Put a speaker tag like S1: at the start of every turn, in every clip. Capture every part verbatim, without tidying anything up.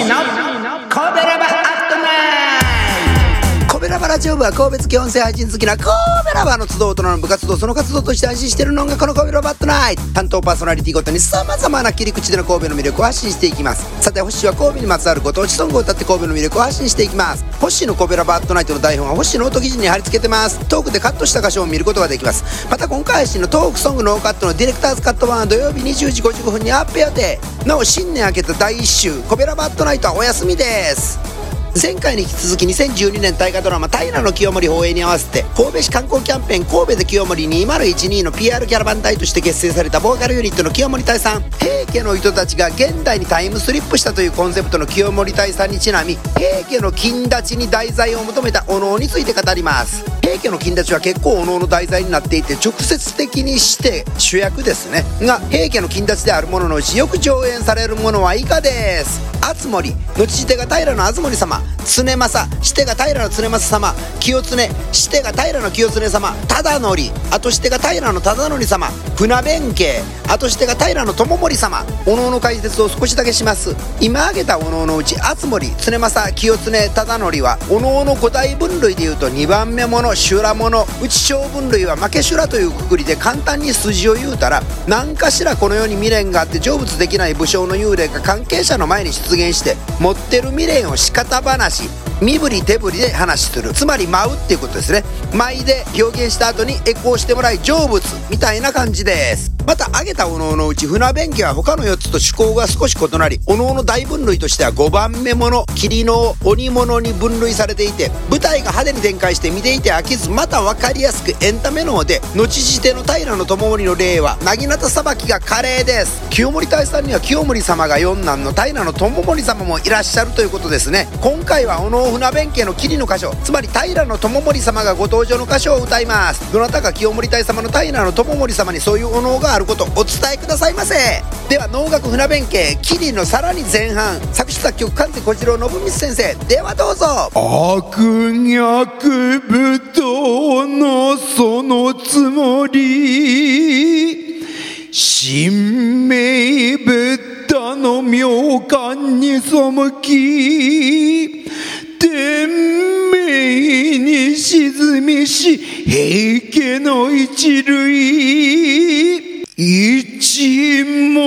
S1: のコベラバアットナイト。コベラバラジオ部は神戸付き音声配信好きなコベラバの集う大人の部活動、その活動として配信しているのがこのコベラバアットナイト。担当パーソナリティごとに様々な切り口での神戸の魅力を発信していきます。さて、ホッシーは神戸にまつわるご当地ソングを歌って神戸の魅力を発信していきます。ホッシーのコベラバアットナイトの台本はホッシーのノート記事に貼り付けてます。トークでカットした箇所を見ることができます。また今回配信のトークソングノーカットのディレクターズカット版は土曜日にじゅうじごじゅうごふんにアップ予定。なお新年明けただいいっ週コベラバアットナイトはお休みです。前回に引き続きにせんじゅうにねん大河ドラマ平清盛放映に合わせて神戸市観光キャンペーン神戸で清盛にせんじゅうにの ピーアール キャラバン隊として結成されたボーカルユニットの清盛隊さん。平家の人たちが現代にタイムスリップしたというコンセプトの清盛隊さんにちなみ、平家の金立ちに題材を求めたお能について語ります。平家の金立ちは結構お能の題材になっていて直接的にして主役ですねが、平家の金立ちであるもののうちよく上演されるものは以下です。敦盛、後シテが平敦盛様、常政、シテが平常政様、清常、シテが平清常様、忠則、後シテが平忠則様、船弁慶、後シテが平知盛様。お能の解説を少しだけします。今挙げたお能のうち敦盛、常政、清常、忠則はお能の古代分類でいうとにばんめもの、修羅もの、内小分類は負け修羅というくくりで、簡単に筋を言うたら何かしらこの世に未練があって成仏できない武将の幽霊が関係者の前に出現して持ってる未練を仕方話、身振り手振りで話する、つまり舞うっていうことですね。舞で表現した後にエコーしてもらい成仏みたいな感じです。また挙げたお能のうち船弁慶は他のよっつと趣向が少し異なり、お能の大分類としてはごばんめもの、霧の鬼物に分類されていて、舞台が派手に展開して見ていて飽きず、また分かりやすくエンタメ能で、後シテの平知盛の例は薙刀さばきが華麗です。清盛隊さんには清盛様が四男の平知盛様もいらっしゃるということですね。今回はお能船弁慶の霧の箇所、つまり平知盛様がご登場の箇所を歌います。どなたか清盛隊様の平知盛様にそういうお能があることお伝えくださいませ。では能楽船弁慶霧のさらに前半、作詞作曲関西小次郎信光先生、ではどうぞ。
S2: 悪逆武闘のそのつもり、神明ブッダの妙観に背き、天命に沈みし平家の一類、一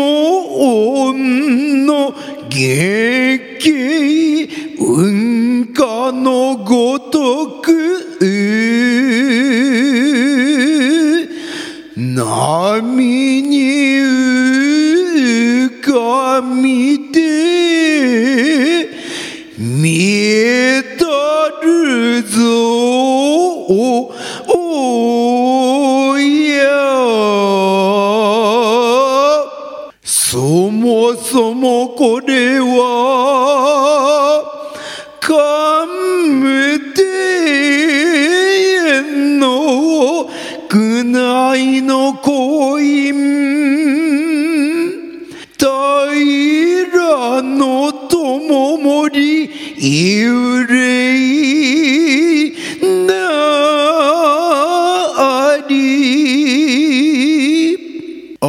S2: 門の月経雲下のごとく、波に浮かみて見えたるぞ、おやそもそもこれは桓武庭園の宮内の婚姻、平知盛幽霊なり、あ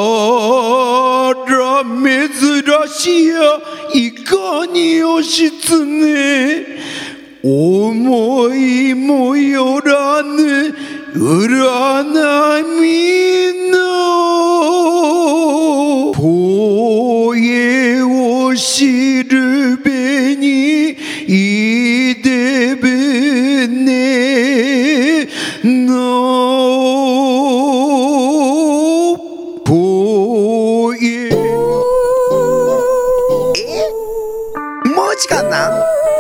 S2: ら珍しやいかに義経、思いもよらぬ占みの光栄を知るべにいで船の光栄。
S1: えもう時間なん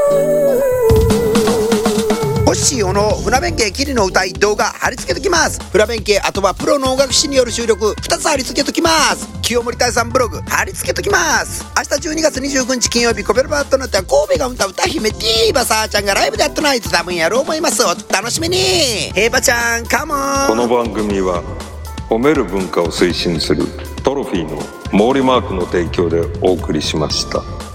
S1: 欲しいおの船弁慶霧の歌い動画貼り付けときます。船弁慶あとはプロの音楽師による収録ふたつ貼り付けときます。清盛隊さんブログ貼り付けときます。明日じゅうにがつにじゅうくにち金曜日コベルバーとなっては神戸が歌う歌姫ティーバサーちゃんがライブでやってないと多分やろう思います。お楽しみに。ヘイバちゃんカモン。
S3: この番組は褒める文化を推進するトロフィーの毛利マークの提供でお送りしました。